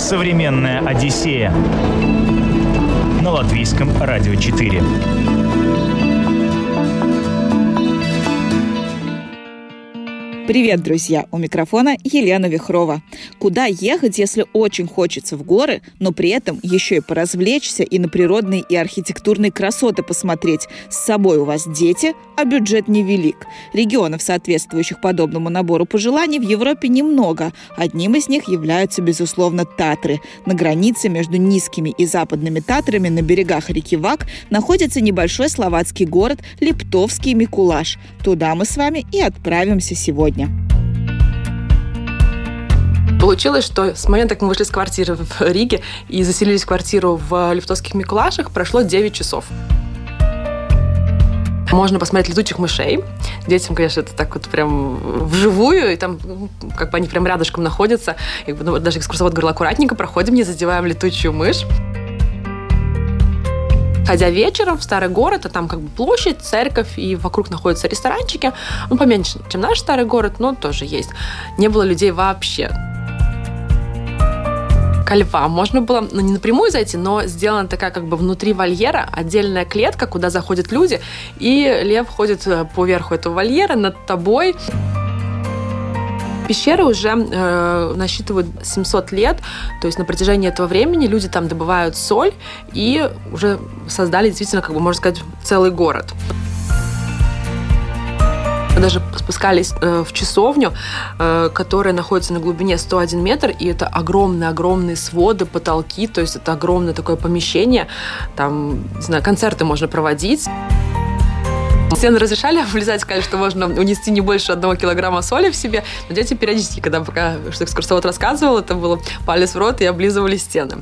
Современная Одиссея на Латвийском радио 4. Привет, друзья! У микрофона Елена Вихрова. Куда ехать, если очень хочется в горы, но при этом еще и поразвлечься и на природные и архитектурные красоты посмотреть? С собой у вас дети, а бюджет невелик. Регионов, соответствующих подобному набору пожеланий, в Европе немного. Одним из них являются, безусловно, Татры. На границе между низкими и западными Татрами на берегах реки Вак находится небольшой словацкий город Липтовский Микулаш. Туда мы с вами и отправимся сегодня. Получилось, что с момента, как мы вышли с квартиры в Риге и заселились в квартиру в Липтовских Микулашах, прошло 9 часов. Можно посмотреть летучих мышей. Детям, конечно, это так вот прям вживую, и там как бы они прям рядышком находятся. И даже экскурсовод говорил: аккуратненько проходим, не задеваем летучую мышь. Ходя вечером в старый город, а там как бы площадь, церковь, и вокруг находятся ресторанчики. Поменьше, чем наш старый город, но тоже есть. Не было людей вообще. Ко львам можно было, не напрямую зайти, но сделана такая как бы внутри вольера отдельная клетка, куда заходят люди, и лев ходит по верху этого вольера над тобой. Пещеры уже насчитывают 700 лет, то есть на протяжении этого времени люди там добывают соль и уже создали действительно, как бы можно сказать, целый город. Мы даже спускались в часовню, которая находится на глубине 101 метр, и это огромные-огромные своды, потолки, то есть это огромное такое помещение, там, не знаю, концерты можно проводить. Стены разрешали влезать, сказали, что можно унести не больше 1 килограмма соли в себе, но дети периодически, когда пока что экскурсовод рассказывал, это было палец в рот и облизывали стены.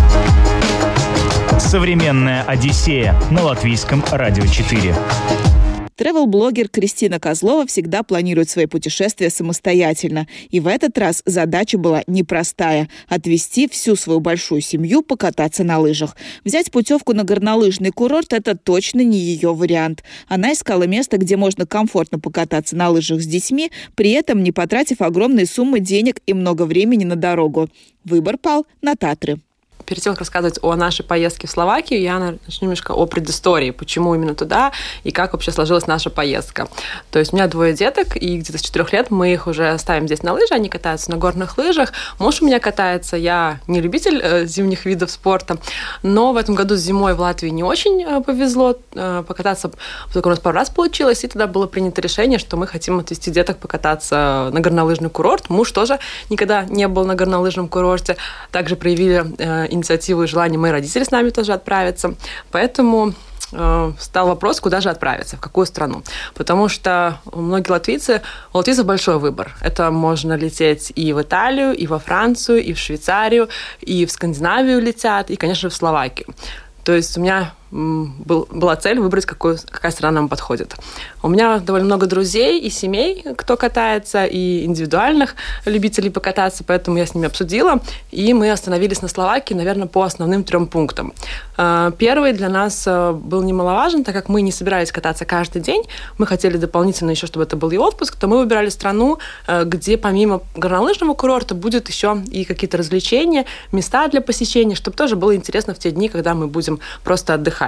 Современная Одиссея на Латвийском радио 4. Тревел-блогер Кристина Козлова всегда планирует свои путешествия самостоятельно. И в этот раз задача была непростая – отвезти всю свою большую семью покататься на лыжах. Взять путевку на горнолыжный курорт – это точно не ее вариант. Она искала место, где можно комфортно покататься на лыжах с детьми, при этом не потратив огромные суммы денег и много времени на дорогу. Выбор пал на Татры. Перед тем, как рассказывать о нашей поездке в Словакию, я начну немножко о предыстории, почему именно туда и как вообще сложилась наша поездка. То есть у меня 2 деток, и где-то с 4 лет мы их уже ставим здесь на лыжи, они катаются на горных лыжах. Муж у меня катается, я не любитель зимних видов спорта, но в этом году зимой в Латвии не очень повезло покататься, только у нас пару раз получилось, и тогда было принято решение, что мы хотим отвезти деток покататься на горнолыжный курорт. Муж тоже никогда не был на горнолыжном курорте, также проявили инициативу и желание мои родители с нами тоже отправиться. Поэтому стал вопрос, куда же отправиться, в какую страну. Потому что у латвийцев большой выбор. Это можно лететь и в Италию, и во Францию, и в Швейцарию, и в Скандинавию летят, и, конечно, в Словакию. То есть у меня была цель выбрать, какая страна нам подходит. У меня довольно много друзей и семей, кто катается, и индивидуальных любителей покататься, поэтому я с ними обсудила, и мы остановились на Словакии, наверное, по основным 3 пунктам. Первый для нас был немаловажен, так как мы не собирались кататься каждый день, мы хотели дополнительно еще, чтобы это был и отпуск, то мы выбирали страну, где помимо горнолыжного курорта будет еще и какие-то развлечения, места для посещения, чтобы тоже было интересно в те дни, когда мы будем просто отдыхать.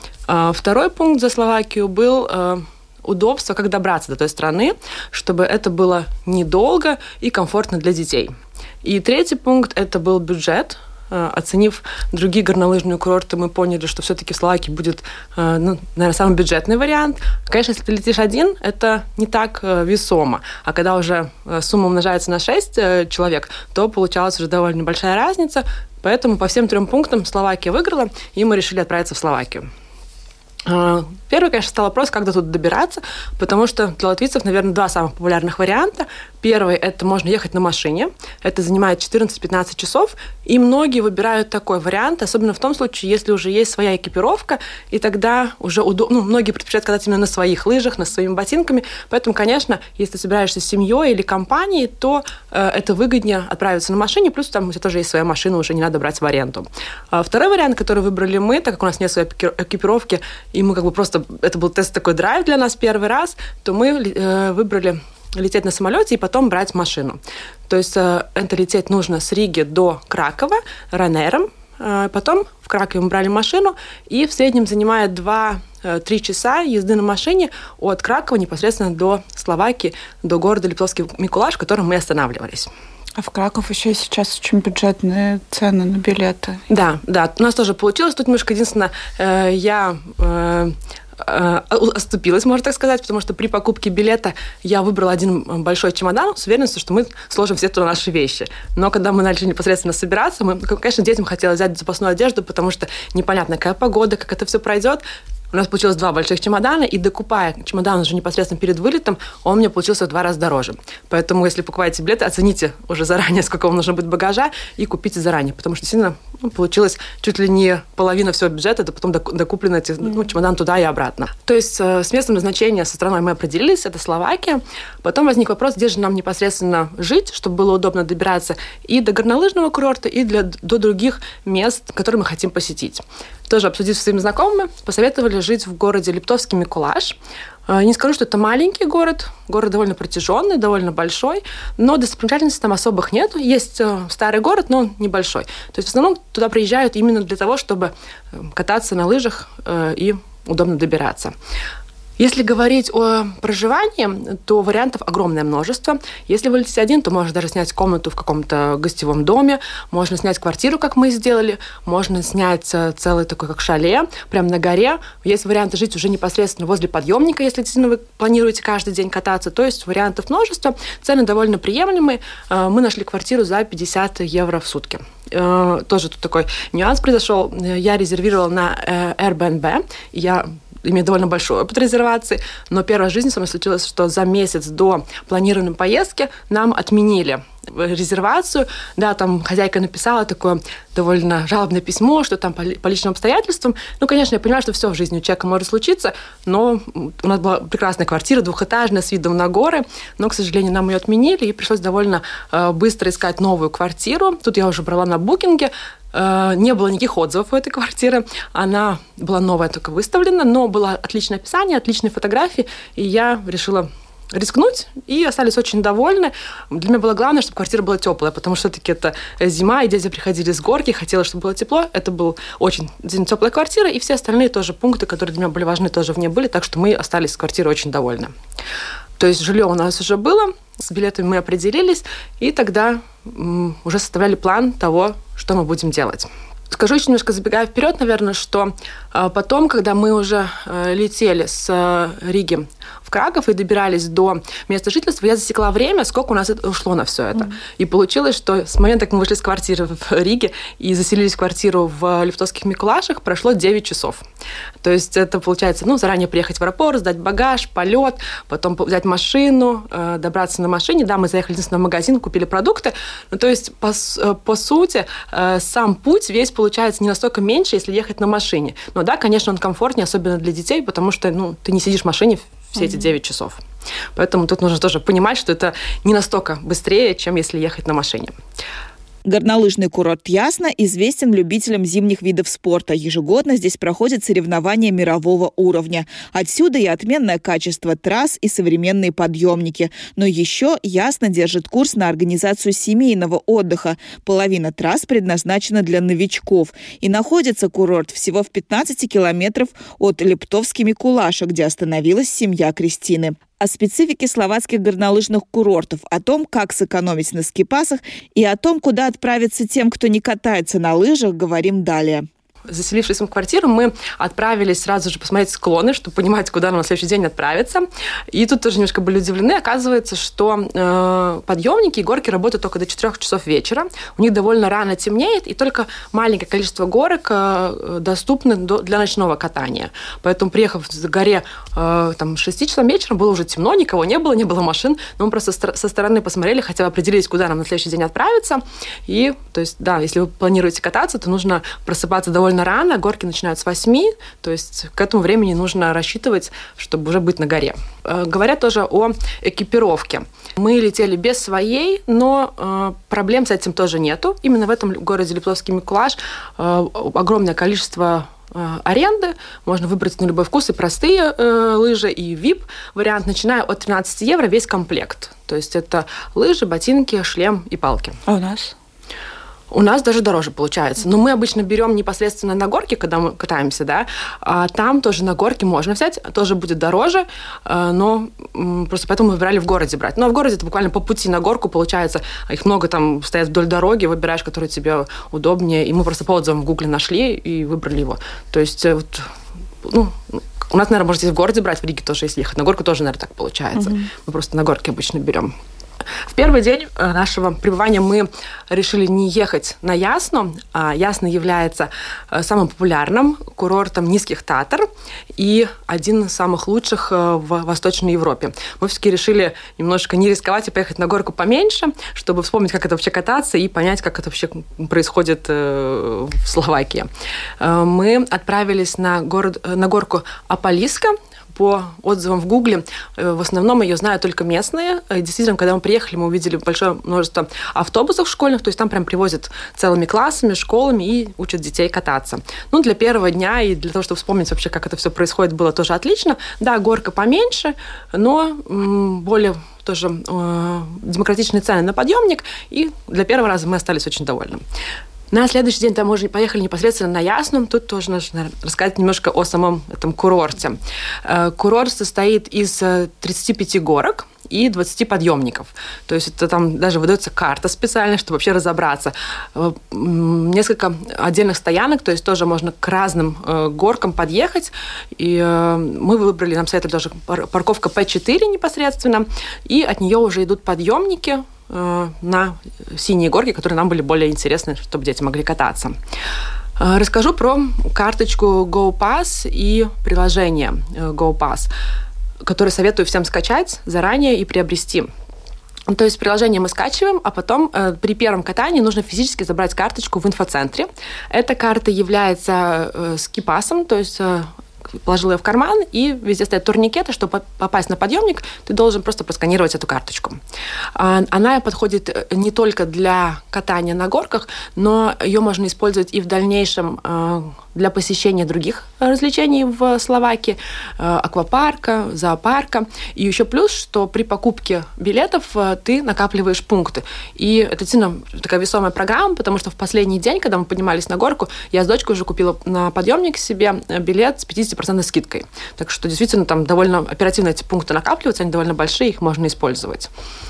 Второй пункт за Словакию был удобство, как добраться до той страны, чтобы это было недолго и комфортно для детей. И 3 пункт – это был бюджет. Оценив другие горнолыжные курорты, мы поняли, что все-таки в Словакии будет, наверное, самый бюджетный вариант. Конечно, если ты летишь один, это не так весомо. А когда уже сумма умножается на 6 человек, то получалась уже довольно большая разница. Поэтому по всем 3 пунктам Словакия выиграла, и мы решили отправиться в Словакию. Первый, конечно, стал вопрос, как до туда добираться, потому что для латвийцев, наверное, 2 самых популярных варианта. Первый – это можно ехать на машине. Это занимает 14-15 часов. И многие выбирают такой вариант, особенно в том случае, если уже есть своя экипировка, и тогда уже удобно. Многие предпочитают кататься именно на своих лыжах, на своими ботинками. Поэтому, конечно, если ты собираешься с семьей или компанией, то это выгоднее отправиться на машине, плюс там у тебя тоже есть своя машина, уже не надо брать в аренду. Второй вариант, который выбрали мы, так как у нас нет своей экипировки, и мы как бы просто... Это был тест такой драйв для нас первый раз, то мы выбрали лететь на самолете и потом брать машину. То есть это лететь нужно с Риги до Кракова Ryanair'ом. Потом в Кракове мы брали машину, и в среднем занимает 2-3 часа езды на машине от Кракова непосредственно до Словакии, до города Липтовский Микулаш, в котором мы останавливались. А в Краков еще сейчас очень бюджетные цены на билеты. Да, у нас тоже получилось. Тут немножко, единственное, я оступилась, можно так сказать, потому что при покупке билета я выбрала один большой чемодан с уверенностью, что мы сложим все туда наши вещи. Но когда мы начали непосредственно собираться, конечно, детям хотелось взять запасную одежду, потому что непонятно, какая погода, как это все пройдет. У нас получилось 2 больших чемодана, и докупая чемодан уже непосредственно перед вылетом, он у меня получился в 2 раза дороже. Поэтому, если покупаете билеты, оцените уже заранее, сколько вам нужно будет багажа, и купите заранее, потому что действительно получилось чуть ли не половина всего бюджета, это потом докуплено чемодан туда и обратно. То есть с местом назначения со страной мы определились, это Словакия. Потом возник вопрос, где же нам непосредственно жить, чтобы было удобно добираться и до горнолыжного курорта, и до других мест, которые мы хотим посетить. Тоже обсудив с своими знакомыми, посоветовали жить в городе Липтовский Микулаш. Не скажу, что это маленький город довольно протяженный, довольно большой, но достопримечательностей там особых нет. Есть старый город, но он небольшой. То есть в основном туда приезжают именно для того, чтобы кататься на лыжах и удобно добираться. Если говорить о проживании, то вариантов огромное множество. Если вы летите один, то можно даже снять комнату в каком-то гостевом доме, можно снять квартиру, как мы сделали, можно снять целый такой, как шале, прямо на горе. Есть варианты жить уже непосредственно возле подъемника, если действительно вы планируете каждый день кататься. То есть вариантов множество, цены довольно приемлемые. Мы нашли квартиру за 50 евро в сутки. Тоже тут такой нюанс произошел. Я резервировала на Airbnb, я имею довольно большой опыт резервации, но первая в жизни со мной случилось, что за месяц до планированной поездки нам отменили резервацию. Да, там хозяйка написала такое довольно жалобное письмо, что там по личным обстоятельствам. Ну, конечно, я понимаю, что все в жизни у человека может случиться, но у нас была прекрасная квартира, двухэтажная, с видом на горы, но, к сожалению, нам ее отменили, и пришлось довольно быстро искать новую квартиру. Тут я уже брала на букинге. Не было никаких отзывов у этой квартиры. Она была новая, только выставлена, но было отличное описание, отличные фотографии, и я решила рискнуть, и остались очень довольны. Для меня было главное, чтобы квартира была теплая, потому что все-таки это зима, и дети приходили с горки, хотелось, чтобы было тепло. Это была очень теплая квартира, и все остальные тоже пункты, которые для меня были важны, тоже в ней были, так что мы остались с квартирой очень довольны. То есть жилье у нас уже было, с билетами мы определились, и тогда уже составляли план того, что мы будем делать. Скажу еще немножко, забегая вперед, наверное, что потом, когда мы уже летели с Риги в Краков и добирались до места жительства, я засекла время, сколько у нас ушло на все это. И получилось, что с момента, как мы вышли с квартиры в Риге и заселились в квартиру в Липтовских Микулашах, прошло 9 часов. То есть это получается, заранее приехать в аэропорт, сдать багаж, полет, потом взять машину, добраться на машине. Да, мы заехали единственно в магазин, купили продукты. То есть, по сути, сам путь весь получается не настолько меньше, если ехать на машине. Но да, конечно, он комфортнее, особенно для детей, потому что ты не сидишь в машине все эти 9 часов. Поэтому тут нужно тоже понимать, что это не настолько быстрее, чем если ехать на машине. Горнолыжный курорт Ясна известен любителям зимних видов спорта. Ежегодно здесь проходят соревнования мирового уровня. Отсюда и отменное качество трасс, и современные подъемники. Но еще Ясна держит курс на организацию семейного отдыха. Половина трасс предназначена для новичков. И находится курорт всего в 15 километров от Липтовский Микулаша, где остановилась семья Кристины. О специфике словацких горнолыжных курортов, о том, как сэкономить на скипасах, и о том, куда отправиться тем, кто не катается на лыжах, говорим далее. Заселившись в квартиру, мы отправились сразу же посмотреть склоны, чтобы понимать, куда нам на следующий день отправиться. И тут тоже немножко были удивлены. Оказывается, что подъемники и горки работают только до 4 часов вечера. У них довольно рано темнеет, и только маленькое количество горок доступны для ночного катания. Поэтому, приехав в горе с 6 часов вечера, было уже темно, никого не было машин. Но мы просто со стороны посмотрели, хотя бы определились, куда нам на следующий день отправиться. И, то есть, да, если вы планируете кататься, то нужно просыпаться довольно рано, горки начинают с 8, то есть к этому времени нужно рассчитывать, чтобы уже быть на горе. Говорят тоже о экипировке. Мы летели без своей, но проблем с этим тоже нету. Именно в этом городе Липтовский Микулаш огромное количество аренды, можно выбрать на любой вкус и простые лыжи, и VIP-вариант, начиная от 13 евро весь комплект. То есть это лыжи, ботинки, шлем и палки. А у нас? У нас даже дороже получается. Но мы обычно берем непосредственно на горке, когда мы катаемся, да, а там тоже на горке можно взять, тоже будет дороже, но просто поэтому мы выбирали в городе брать. Но в городе это буквально по пути на горку получается, их много там стоят вдоль дороги, выбираешь, который тебе удобнее, и мы просто по отзывам в Гугле нашли и выбрали его. То есть вот, ну, у нас, наверное, можно здесь в городе брать, в Риге тоже, если ехать на горку, тоже, наверное, так получается. Мы просто на горке обычно берем. В первый день нашего пребывания мы решили не ехать на Ясну. Ясна является самым популярным курортом низких Татар и один из самых лучших в Восточной Европе. Мы все-таки решили немножко не рисковать и поехать на горку поменьше, чтобы вспомнить, как это вообще кататься и понять, как это вообще происходит в Словакии. Мы отправились на горку Аполиска. По отзывам в Гугле, в основном ее знают только местные. Действительно, когда мы приехали, мы увидели большое множество автобусов школьных, то есть там прям привозят целыми классами, школами и учат детей кататься. Ну, для первого дня и для того, чтобы вспомнить вообще, как это все происходит, было тоже отлично. Да, горка поменьше, но более тоже демократичные цены на подъемник, и для первого раза мы остались очень довольны. На следующий день там мы поехали непосредственно на Ясну. Тут тоже нужно рассказать немножко о самом этом курорте. Курорт состоит из 35 горок и 20 подъемников. То есть это там даже выдается карта специальная, чтобы вообще разобраться. Несколько отдельных стоянок, то есть тоже можно к разным горкам подъехать. И мы выбрали, нам советовали тоже парковка P4 непосредственно, и от нее уже идут подъемники на синие горки, которые нам были более интересны, чтобы дети могли кататься. Расскажу про карточку GoPass и приложение GoPass, которое советую всем скачать заранее и приобрести. То есть приложение мы скачиваем, а потом при первом катании нужно физически забрать карточку в инфоцентре. Эта карта является скипасом, то есть положил ее в карман, и везде стоят турникеты. Чтобы попасть на подъемник, ты должен просто просканировать эту карточку. Она подходит не только для катания на горках, но ее можно использовать и в дальнейшем для посещения других развлечений в Словакии, аквапарка, зоопарка. И еще плюс, что при покупке билетов ты накапливаешь пункты. И это действительно такая весомая программа, потому что в последний день, когда мы поднимались на горку, я с дочкой уже купила на подъемник себе билет с 50% скидкой. Так что действительно там довольно оперативно эти пункты накапливаются, они довольно большие, их можно использовать.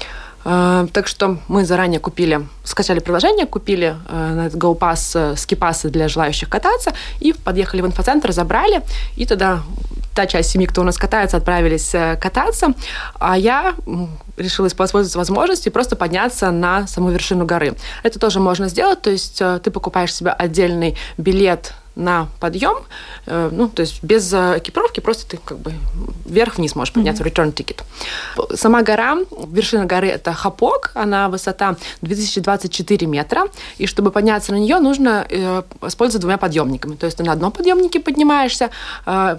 Так что мы заранее скачали приложение, купили на этот GoPass скипасы для желающих кататься и подъехали в инфоцентр, забрали, и тогда та часть семьи, кто у нас катается, отправились кататься, а я решила воспользоваться возможностью и просто подняться на саму вершину горы. Это тоже можно сделать, то есть ты покупаешь себе отдельный билет на подъем, ну, то есть без экипировки, просто ты как бы вверх-вниз можешь подняться, return ticket. Сама гора, вершина горы – это Хапок, она высота 2024 метра, и чтобы подняться на нее, нужно использовать двумя подъемниками. То есть ты на одном подъемнике поднимаешься, это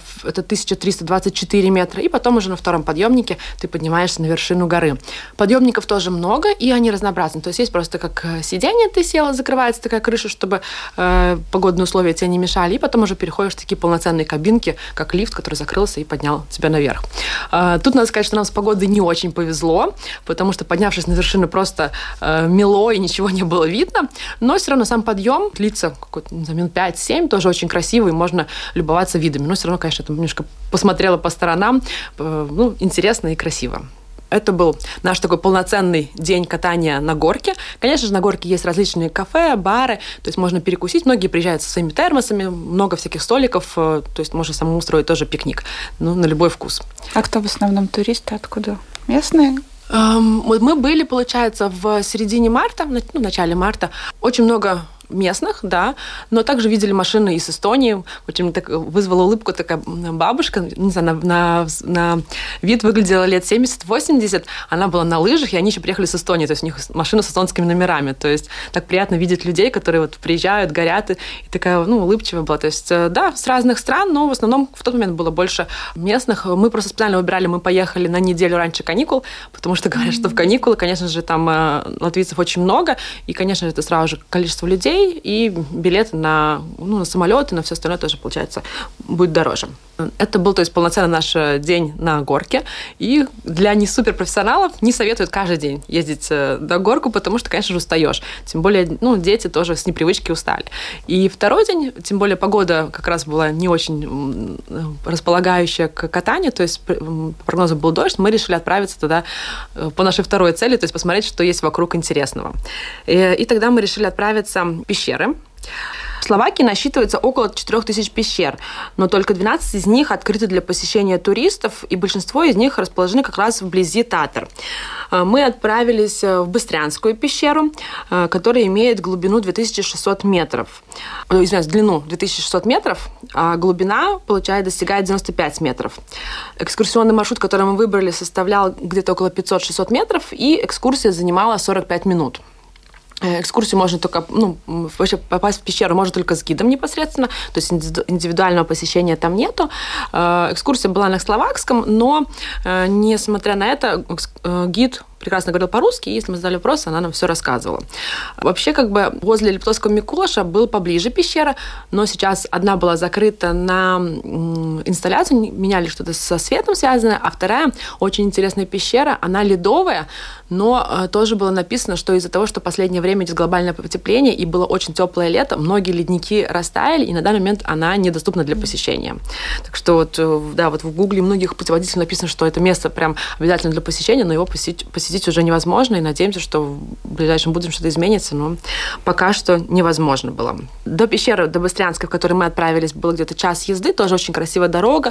1324 метра, и потом уже на втором подъемнике ты поднимаешься на вершину горы. Подъемников тоже много, и они разнообразны. То есть есть просто как сиденье, ты села, закрывается такая крыша, чтобы погодные условия тебя не мешали, и потом уже переходишь в такие полноценные кабинки, как лифт, который закрылся и поднял тебя наверх. Тут надо сказать, что нам с погодой не очень повезло, потому что, поднявшись на вершину, просто мело и ничего не было видно, но все равно сам подъем длится минут 5-7, тоже очень красивый, можно любоваться видами, но все равно, конечно, там немножко посмотрела по сторонам, ну, интересно и красиво. Это был наш такой полноценный день катания на горке. Конечно же, на горке есть различные кафе, бары, то есть можно перекусить. Многие приезжают со своими термосами, много всяких столиков, то есть можно самому устроить тоже пикник, ну, на любой вкус. А кто в основном туристы? Откуда? Местные? Мы были, получается, в середине марта, в начале марта. Очень много местных, да, но также видели машины из Эстонии. Очень так вызвала улыбку такая бабушка, не знаю, на вид выглядела лет 70-80. Она была на лыжах, и они еще приехали с Эстонии, то есть у них машина с эстонскими номерами. То есть так приятно видеть людей, которые вот приезжают, горят, и такая, ну, улыбчивая была. То есть, да, с разных стран, но в основном в тот момент было больше местных. Мы просто специально выбирали, мы поехали на неделю раньше каникул, потому что говорят, что в каникулы, конечно же, там латвийцев очень много, и, конечно же, это сразу же количество людей, рублей, и билет на самолет и на все остальное тоже, получается, будет дороже. Это был, то есть, полноценный наш день на горке. И для не суперпрофессионалов не советуют каждый день ездить на горку, потому что, конечно же, устаешь. Тем более, дети тоже с непривычки устали. И второй день, тем более, погода как раз была не очень располагающая к катанию, то есть, по прогнозу был дождь, мы решили отправиться туда по нашей второй цели, то есть, посмотреть, что есть вокруг интересного. И тогда мы решили отправиться в пещеры. В Словакии насчитывается около 4000 пещер, но только 12 из них открыты для посещения туристов, и большинство из них расположены как раз вблизи Татр. Мы отправились в Быстрянскую пещеру, которая имеет глубину 2600 метров. Длину 2600 метров, а глубина, достигает 95 метров. Экскурсионный маршрут, который мы выбрали, составлял где-то около 500-600 метров, и экскурсия занимала 45 минут. Экскурсию можно только, вообще попасть в пещеру можно только с гидом непосредственно, то есть индивидуального посещения там нету. Экскурсия была на словакском, но, несмотря на это, гид прекрасно говорил по-русски, и если мы задали вопросы, она нам все рассказывала. Вообще, возле Липтовского Микулаша был поближе пещера, но сейчас одна была закрыта на инсталляцию, меняли что-то со светом связанное, а вторая, очень интересная пещера, она ледовая, но тоже было написано, что из-за того, что в последнее время идет глобальное потепление, и было очень теплое лето, многие ледники растаяли, и на данный момент она недоступна для посещения. Так что в Гугле многих путеводителей написано, что это место прям обязательно для посещения, но его посетить уже невозможно, и надеемся, что в ближайшем будущем что-то изменится, но пока что невозможно было. До пещеры, до Быстрянской, в которой мы отправились, было где-то час езды, тоже очень красивая дорога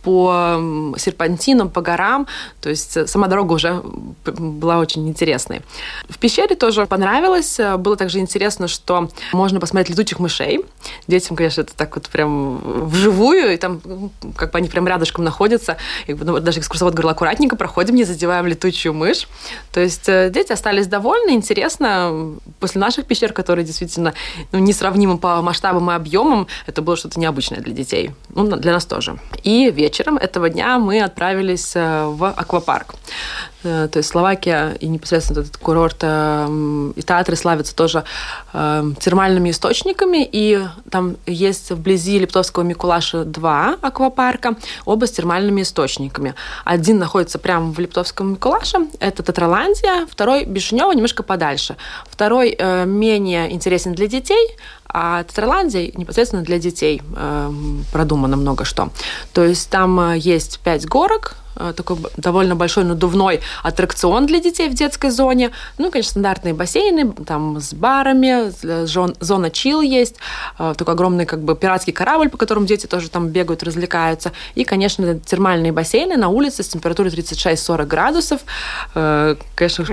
по серпантинам, по горам, то есть сама дорога уже была очень интересной. В пещере тоже понравилось, было также интересно, что можно посмотреть летучих мышей. Детям, конечно, это так вот прям вживую, и там они прям рядышком находятся, и даже экскурсовод говорил: аккуратненько проходим, не задеваем летучую мышь. То есть дети остались довольны, интересно. После наших пещер, которые действительно несравнимы по масштабам и объемам, это было что-то необычное для детей. Для нас тоже. И вечером этого дня мы отправились в аквапарк. То есть Словакия и непосредственно этот курорт и Татры славятся тоже термальными источниками, и там есть вблизи Липтовского Микулаша 2 аквапарка, оба с термальными источниками. Один находится прямо в Липтовском Микулаше, это Татраландия, второй Бишинево, немножко подальше. Второй менее интересен для детей, а Татраландия непосредственно для детей продумано много что. То есть там есть 5 горок, такой довольно большой надувной аттракцион для детей в детской зоне. Конечно, стандартные бассейны, там с барами, зона чил есть, такой огромный пиратский корабль, по которому дети тоже там бегают, развлекаются. И, конечно, термальные бассейны на улице с температурой 36-40 градусов. Конечно,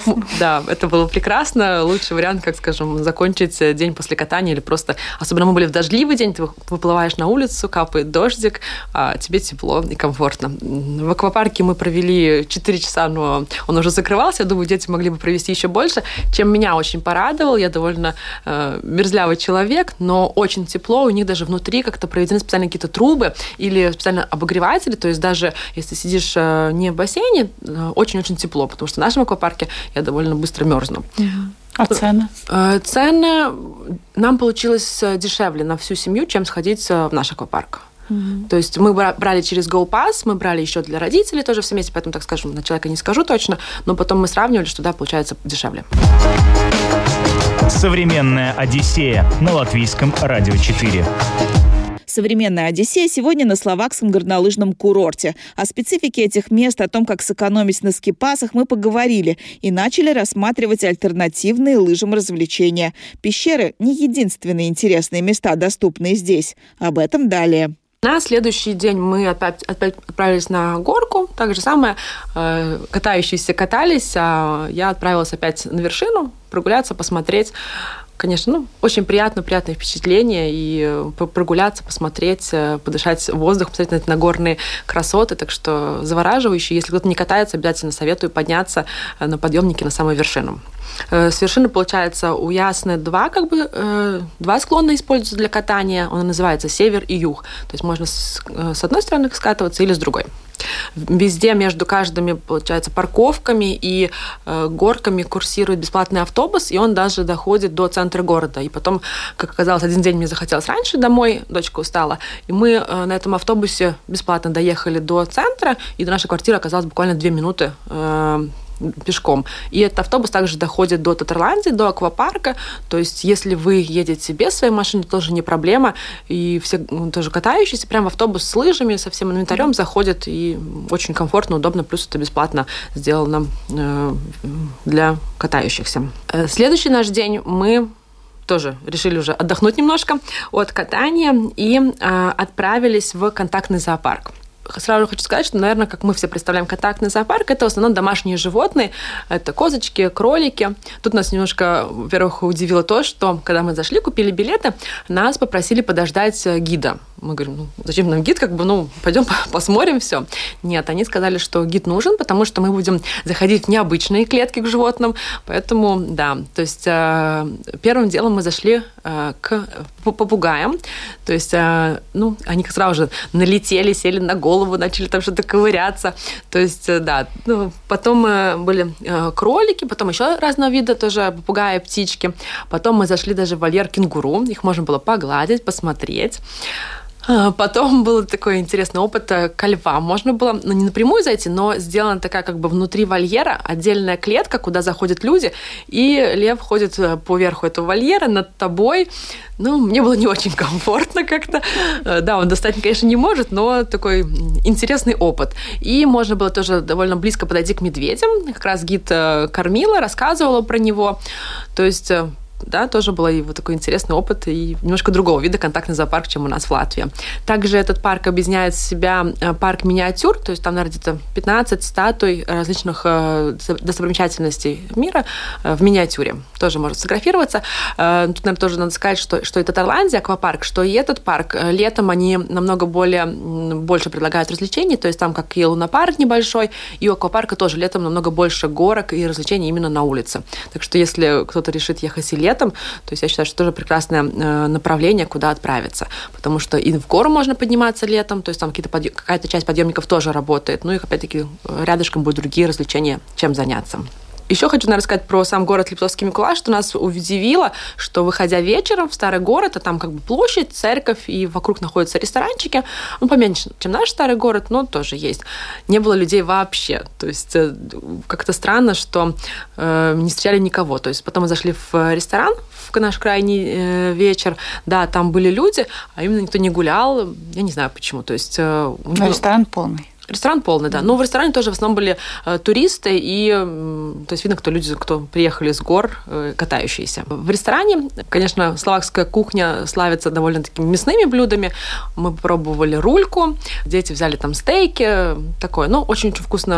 да, это было прекрасно. Лучший вариант, закончить день после катания или просто... Особенно мы были в дождливый день, ты выплываешь на улицу, капает дождик, а тебе тепло и комфортно. В аквапарке мы провели 4 часа, но он уже закрывался. Я думаю, дети могли бы провести еще больше, чем меня очень порадовал. Я довольно мерзлявый человек, но очень тепло. У них даже внутри как-то проведены специальные какие-то трубы или специально обогреватели. То есть даже если сидишь не в бассейне, очень-очень тепло, потому что в нашем аквапарке я довольно быстро мерзну. А цены? Цены нам получилось дешевле на всю семью, чем сходить в наш аквапарк. То есть мы брали через GoPass, мы брали еще для родителей тоже все вместе, поэтому, так скажем, на человека не скажу точно, но потом мы сравнивали, что да, получается дешевле. Современная Одиссея на Латвийском радио 4. Современная Одиссея сегодня на словакском горнолыжном курорте. О специфике этих мест, о том, как сэкономить на скипасах, мы поговорили и начали рассматривать альтернативные лыжам развлечения. Пещеры – не единственные интересные места, доступные здесь. Об этом далее. На следующий день мы опять отправились на горку. Так же самое, катающиеся катались, а я отправилась опять на вершину прогуляться, посмотреть. Конечно, очень приятное впечатление, и прогуляться, посмотреть, подышать воздух, посмотреть на горные красоты, так что завораживающе. Если кто-то не катается, обязательно советую подняться на подъемнике на самую вершину. С вершины, получается, у Ясны два склона используются для катания. Он называется север и юг. То есть можно с одной стороны скатываться или с другой. Везде между каждыми, получается, парковками и горками курсирует бесплатный автобус, и он даже доходит до центра города. И потом, как оказалось, один день мне захотелось раньше домой, дочка устала, и мы на этом автобусе бесплатно доехали до центра, и до нашей квартиры оказалось буквально 2 минуты пешком. И этот автобус также доходит до Татарландии, до аквапарка. То есть, если вы едете без своей машины, тоже не проблема. И все тоже катающиеся, прям в автобус с лыжами, со всем инвентарем заходят. И очень комфортно, удобно. Плюс это бесплатно сделано для катающихся. Следующий наш день мы тоже решили уже отдохнуть немножко от катания и отправились в контактный зоопарк. Сразу хочу сказать, что, наверное, как мы все представляем контактный зоопарк, это в основном домашние животные, это козочки, кролики. Тут нас немножко, во-первых, удивило то, что, когда мы зашли, купили билеты, нас попросили подождать гида. Мы говорим, зачем нам гид, пойдем посмотрим все. Нет, они сказали, что гид нужен, потому что мы будем заходить в необычные клетки к животным, поэтому, да, то есть первым делом мы зашли к попугаям, то есть, они сразу же налетели, сели на голову, начали там что-то ковыряться, то есть, да, потом были кролики, потом еще разного вида тоже попугаи, птички, потом мы зашли даже в вольер кенгуру, их можно было погладить, посмотреть. Потом был такой интересный опыт ко львам. Можно было не напрямую зайти, но сделана такая внутри вольера отдельная клетка, куда заходят люди, и лев ходит по верху этого вольера над тобой. Мне было не очень комфортно как-то. Да, он достать, конечно, не может, но такой интересный опыт. И можно было тоже довольно близко подойти к медведям. Как раз гид кормила, рассказывала про него. То есть... Да, тоже был и такой интересный опыт и немножко другого вида контактный зоопарк, чем у нас в Латвии. Также этот парк объединяет в себя парк миниатюр, то есть там, наверное, где-то 15 статуй различных достопримечательностей мира в миниатюре. Тоже можно сфотографироваться. Тут, наверное, тоже надо сказать, что и Татарландия, аквапарк, что и этот парк. Летом они намного больше предлагают развлечений, то есть там как и лунопарк небольшой, и у аквапарка тоже летом намного больше горок и развлечений именно на улице. Так что если кто-то решит ехать и летом, то есть я считаю, что тоже прекрасное направление, куда отправиться. Потому что и в гору можно подниматься летом, то есть там какая-то часть подъемников тоже работает. И опять-таки рядышком будут другие развлечения, чем заняться. Еще хочу, наверное, сказать про сам город Липтовский Миколаш, что нас удивило, что, выходя вечером в старый город, а там площадь, церковь, и вокруг находятся ресторанчики, поменьше, чем наш старый город, но тоже есть. Не было людей вообще. То есть как-то странно, что не встречали никого. То есть потом мы зашли в ресторан в наш крайний вечер. Да, там были люди, а именно никто не гулял. Я не знаю почему. То есть ресторан полный. Ресторан полный, да. Но в ресторане тоже в основном были туристы, и то есть видно, кто приехали с гор, катающиеся. В ресторане, конечно, словакская кухня славится довольно такими мясными блюдами. Мы попробовали рульку, дети взяли там стейки, такое, очень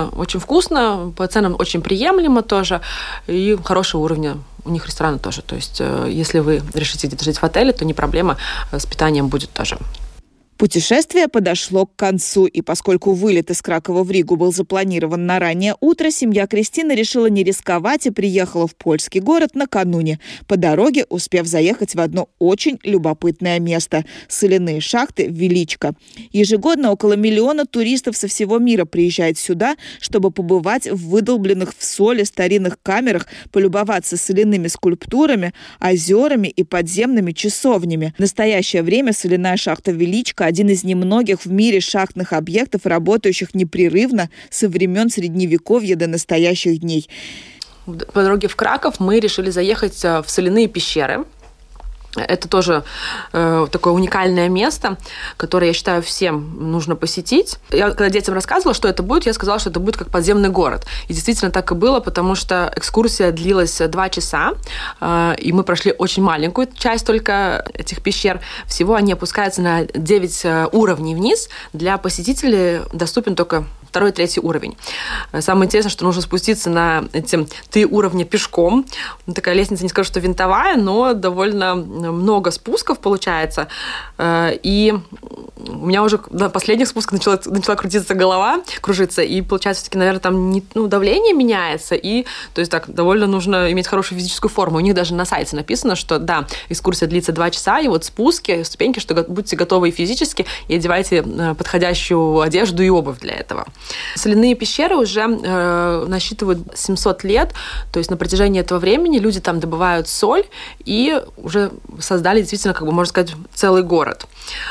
вкусно, по ценам очень приемлемо тоже, и хорошего уровня у них рестораны тоже. То есть если вы решите где-то жить в отеле, то не проблема, с питанием будет тоже. Путешествие подошло к концу, и поскольку вылет из Кракова в Ригу был запланирован на раннее утро, семья Кристины решила не рисковать и приехала в польский город накануне, по дороге успев заехать в одно очень любопытное место – соляные шахты Величко. Ежегодно около 1 миллиона туристов со всего мира приезжает сюда, чтобы побывать в выдолбленных в соли старинных камерах, полюбоваться соляными скульптурами, озерами и подземными часовнями. В настоящее время соляная шахта Величко – один из немногих в мире шахтных объектов, работающих непрерывно со времен Средневековья до настоящих дней. По дороге в Краков мы решили заехать в соляные пещеры. Это тоже такое уникальное место, которое, я считаю, всем нужно посетить. Я, когда детям рассказывала, что это будет, я сказала, что это будет как подземный город. И действительно так и было, потому что экскурсия длилась 2 часа, и мы прошли очень маленькую часть только этих пещер. Всего они опускаются на 9 уровней вниз. Для посетителей доступен только 2-й, 3-й уровень. Самое интересное, что нужно спуститься на эти 3 уровня пешком. Такая лестница, не скажу, что винтовая, но довольно много спусков получается. И у меня уже на последних спусках начала крутиться голова, кружиться, и получается, все-таки, наверное, там давление меняется, и то есть так довольно нужно иметь хорошую физическую форму. У них даже на сайте написано, что да, экскурсия длится 2 часа, и вот спуски, ступеньки, что будьте готовы и физически, и одевайте подходящую одежду и обувь для этого. Соляные пещеры уже насчитывают 700 лет, то есть на протяжении этого времени люди там добывают соль и уже создали действительно, как бы можно сказать, целый город.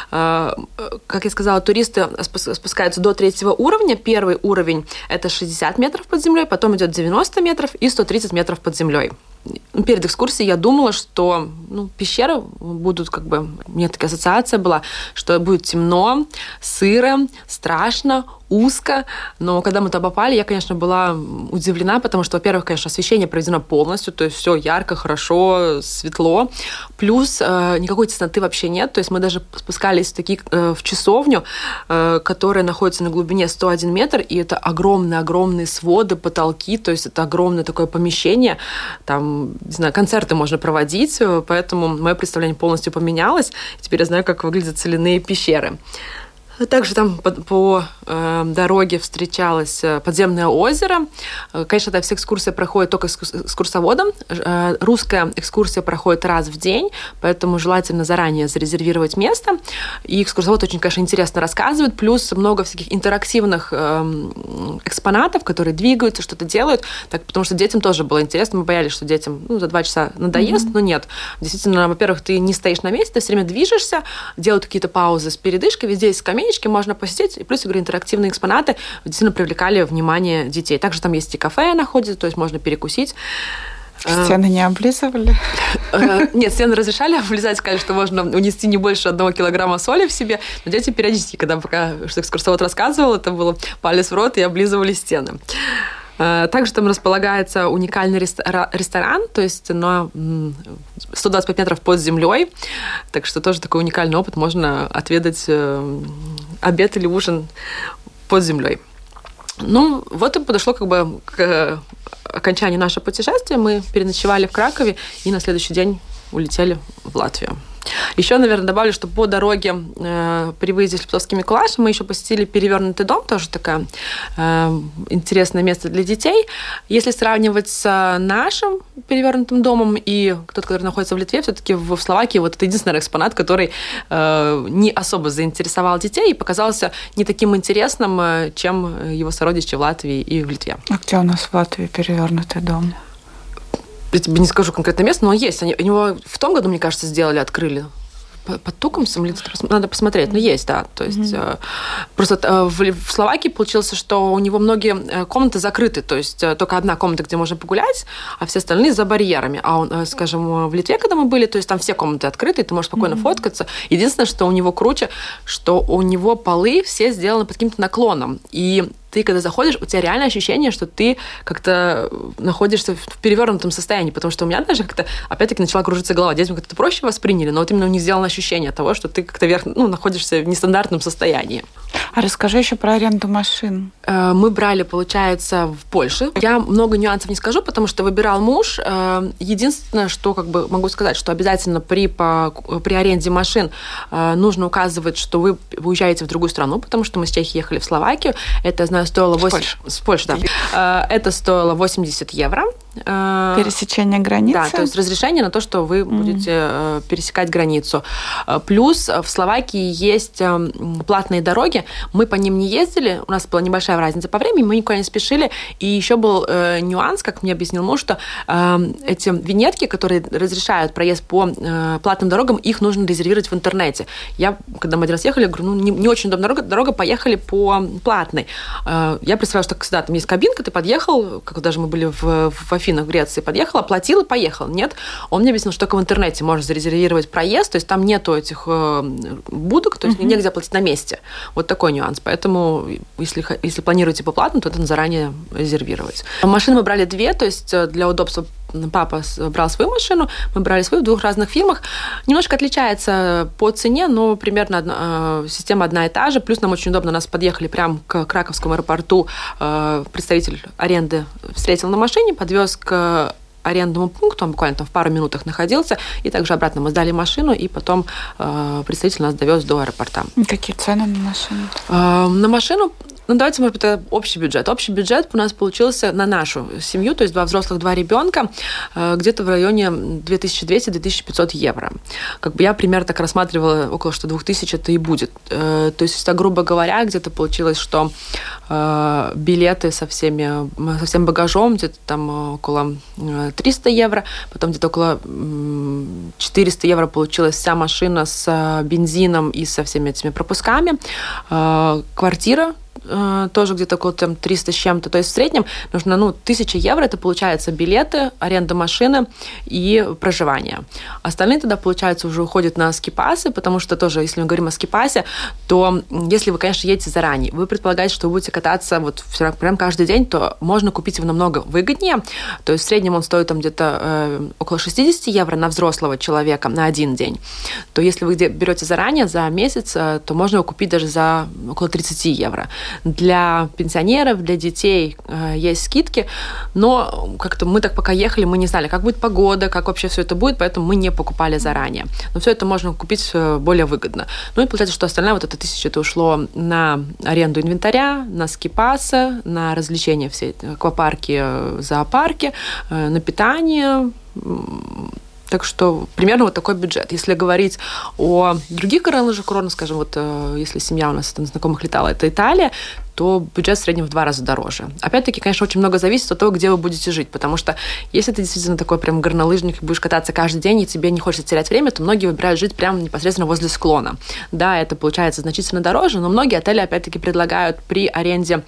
Как я сказала, туристы спускаются до 3-го уровня. 1-й уровень – это 60 метров под землей, потом идет 90 метров и 130 метров под землей. Перед экскурсией я думала, что пещеры будут как бы... У меня такая ассоциация была, что будет темно, сыро, страшно, узко. Но когда мы туда попали, я, конечно, была удивлена, потому что, во-первых, конечно, освещение проведено полностью, то есть все ярко, хорошо, светло. Плюс никакой тесноты вообще нет. То есть мы даже спускались в часовню, которая находится на глубине 101 метр, и это огромные-огромные своды, потолки, то есть это огромное такое помещение. Там, не знаю, концерты можно проводить, поэтому мое представление полностью поменялось. Теперь я знаю, как выглядят соляные пещеры. Также там по дороге встречалось подземное озеро. Конечно, эта вся экскурсия проходит только с экскурсоводом. Русская экскурсия проходит раз в день, поэтому желательно заранее зарезервировать место. И экскурсовод очень, конечно, интересно рассказывает. Плюс много всяких интерактивных экспонатов, которые двигаются, что-то делают. Потому что детям тоже было интересно. Мы боялись, что детям за 2 часа надоест, но нет. Действительно, во-первых, ты не стоишь на месте, ты все время движешься, делают какие-то паузы с передышкой, везде есть скамейки, можно посетить, и плюс, я говорю, интерактивные экспонаты действительно привлекали внимание детей. Также там есть и кафе находится, то есть можно перекусить. Стены не облизывали? Нет, стены разрешали облизать, сказали, что можно унести не больше 1 килограмма соли в себе, но дети периодически, пока экскурсовод рассказывал, это было палец в рот и облизывали стены. Также там располагается уникальный ресторан, то есть на 125 метров под землей. Так что тоже такой уникальный опыт. Можно отведать обед или ужин под землей. Вот и подошло к окончанию нашего путешествия. Мы переночевали в Кракове и на следующий день улетели в Латвию. Еще, наверное, добавлю, что по дороге при выезде с Липтовским Миколаевым мы еще посетили перевернутый дом, тоже такое интересное место для детей. Если сравнивать с нашим перевернутым домом и тот, который находится в Литве, все-таки в Словакии вот это единственный экспонат, который не особо заинтересовал детей и показался не таким интересным, чем его сородичи в Латвии и в Литве. А где у нас в Латвии перевернутый дом? Я тебе не скажу конкретное место, но есть. У него в том году, мне кажется, открыли. Под Тукумсом, надо посмотреть, но есть, да. То есть просто в Словакии получилось, что у него многие комнаты закрыты, то есть только одна комната, где можно погулять, а все остальные за барьерами. А, скажем, в Литве, когда мы были, то есть там все комнаты открыты, ты можешь спокойно фоткаться. Единственное, что у него круче, что у него полы все сделаны под каким-то наклоном. И ты, когда заходишь, у тебя реальное ощущение, что ты как-то находишься в перевернутом состоянии, потому что у меня даже как-то, опять-таки, начала кружиться голова. Детям как-то проще восприняли, но вот именно у них сделано ощущение того, что ты как-то находишься в нестандартном состоянии. А расскажи еще про аренду машин. Мы брали, получается, в Польше. Я много нюансов не скажу, потому что выбирал муж. Единственное, что могу сказать, что обязательно при аренде машин нужно указывать, что вы уезжаете в другую страну, потому что мы с Чехии ехали в Словакию. Это, знаю, стоило... С Польши, да. Это стоило 80 евро. Пересечение границы? Да, то есть разрешение на то, что вы будете пересекать границу. Плюс в Словакии есть платные дороги. Мы по ним не ездили, у нас была небольшая разница по времени, мы никуда не спешили. И еще был нюанс, как мне объяснил муж, что эти виньетки, которые разрешают проезд по платным дорогам, их нужно резервировать в интернете. Когда мы один раз ехали, я говорю, не очень удобная дорога, поехали по платной. Я представляю, что всегда там есть кабинка, ты подъехал, как даже мы были в Афинах, в Греции, подъехал, оплатил и поехал. Нет, он мне объяснил, что только в интернете можно зарезервировать проезд, то есть там нету этих будок, то есть нельзя платить на месте. Вот такой нюанс. Поэтому, если планируете по платному, то это заранее резервировать. Машины мы брали 2, то есть для удобства папа брал свою машину, мы брали свою в 2 разных фирмах. Немножко отличается по цене, но примерно система одна и та же. Плюс нам очень удобно, нас подъехали прямо к Краковскому аэропорту, представитель аренды встретил на машине, подвез к арендному пункту, он буквально там в пару минутах находился, и также обратно мы сдали машину, и потом представитель нас довез до аэропорта. Какие цены на машину? На машину, давайте, может быть, это общий бюджет. Общий бюджет у нас получился на нашу семью, то есть 2 взрослых, 2 ребенка, где-то в районе 2200-2500 евро. Как бы я примерно так рассматривала, около что 2000 это и будет. То есть, грубо говоря, где-то получилось, что билеты со всем багажом где-то там около 300 евро, потом где-то около 400 евро получилась вся машина с бензином и со всеми этими пропусками. Квартира тоже где-то около 300 с чем-то. То есть в среднем нужно 1000 евро, это получается билеты, аренда машины и проживание. Остальные тогда, получается, уже уходят на скипасы, потому что тоже, если мы говорим о скипасе, то если вы, конечно, едете заранее, вы предполагаете, что вы будете кататься прям каждый день, то можно купить его намного выгоднее. То есть в среднем он стоит там где-то около 60 евро на взрослого человека на один день. То если вы берете заранее, за месяц, то можно его купить даже за около 30 евро. Для пенсионеров, для детей есть скидки, но как-то мы так пока ехали, мы не знали, как будет погода, как вообще все это будет, поэтому мы не покупали заранее. Но все это можно купить более выгодно. Ну и получается, что остальное, вот это 1000, это ушло на аренду инвентаря, на скипасы, на развлечения все, аквапарки, зоопарки, на питание. Так что примерно вот такой бюджет. Если говорить о других горнолыжных курортах, скажем, вот если семья у нас на знакомых летала, это Италия, то бюджет в среднем в 2 раза дороже. Опять-таки, конечно, очень много зависит от того, где вы будете жить, потому что если ты действительно такой прям горнолыжник и будешь кататься каждый день, и тебе не хочется терять время, то многие выбирают жить прямо непосредственно возле склона. Да, это получается значительно дороже, но многие отели, опять-таки, предлагают при аренде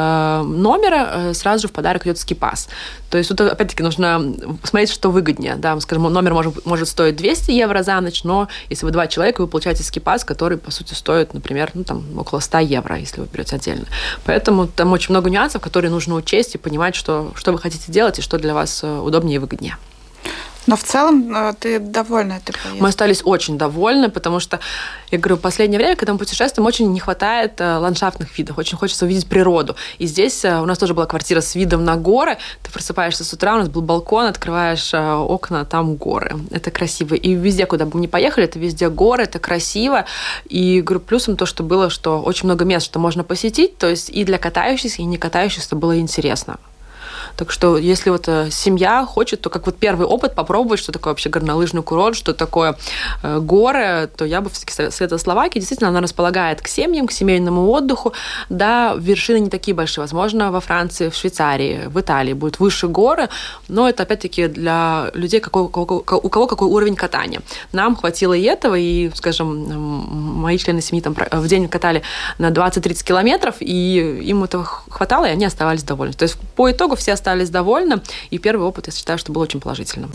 номера сразу же в подарок идет скипас. То есть тут, опять-таки, нужно смотреть, что выгоднее. Да, скажем, номер может стоить 200 евро за ночь, но если вы 2 человека, вы получаете скипас, который, по сути, стоит, например, около 100 евро, если вы берете отдельно. Поэтому там очень много нюансов, которые нужно учесть и понимать, что вы хотите делать и что для вас удобнее и выгоднее. Но в целом ты довольна этой поездкой? Мы остались очень довольны, потому что, я говорю, в последнее время, когда мы путешествуем, очень не хватает ландшафтных видов, очень хочется увидеть природу. И здесь у нас тоже была квартира с видом на горы. Ты просыпаешься с утра, у нас был балкон, открываешь окна, там горы. Это красиво. И везде, куда бы мы ни поехали, это везде горы, это красиво. И, говорю, плюсом то, что было, что очень много мест, что можно посетить, то есть и для катающихся, и не катающихся было интересно. Так что, если вот семья хочет, то как вот первый опыт попробовать, что такое вообще горнолыжный курорт, что такое горы, то я бы все-таки советовала Словакии. Действительно, она располагает к семьям, к семейному отдыху. Да, вершины не такие большие. Возможно, во Франции, в Швейцарии, в Италии будут выше горы, но это, опять-таки, для людей, у кого какой уровень катания. Нам хватило и этого, и, скажем, мои члены семьи там в день катали на 20-30 километров, и им этого хватало, и они оставались довольны. То есть, по итогу все остались довольны, и первый опыт, я считаю, что был очень положительным.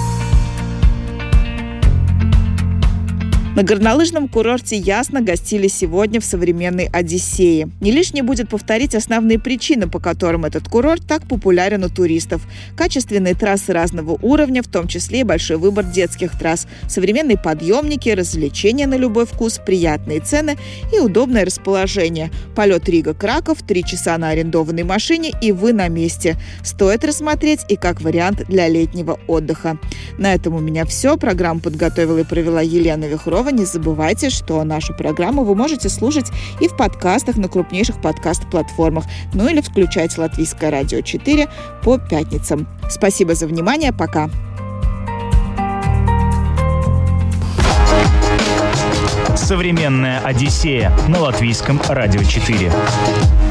На горнолыжном курорте Ясно гостили сегодня в современной Одиссее. Не лишне будет повторить основные причины, по которым этот курорт так популярен у туристов. Качественные трассы разного уровня, в том числе и большой выбор детских трасс, современные подъемники, развлечения на любой вкус, приятные цены и удобное расположение. Полет Рига-Краков, 3 часа на арендованной машине, и вы на месте. Стоит рассмотреть и как вариант для летнего отдыха. На этом у меня все. Программу подготовила и провела Елена Вихрова. Не забывайте, что нашу программу вы можете слушать и в подкастах на крупнейших подкаст-платформах, ну или включайте Латвийское радио 4 по пятницам. Спасибо за внимание. Пока. Современная Одиссея на Латвийском радио 4.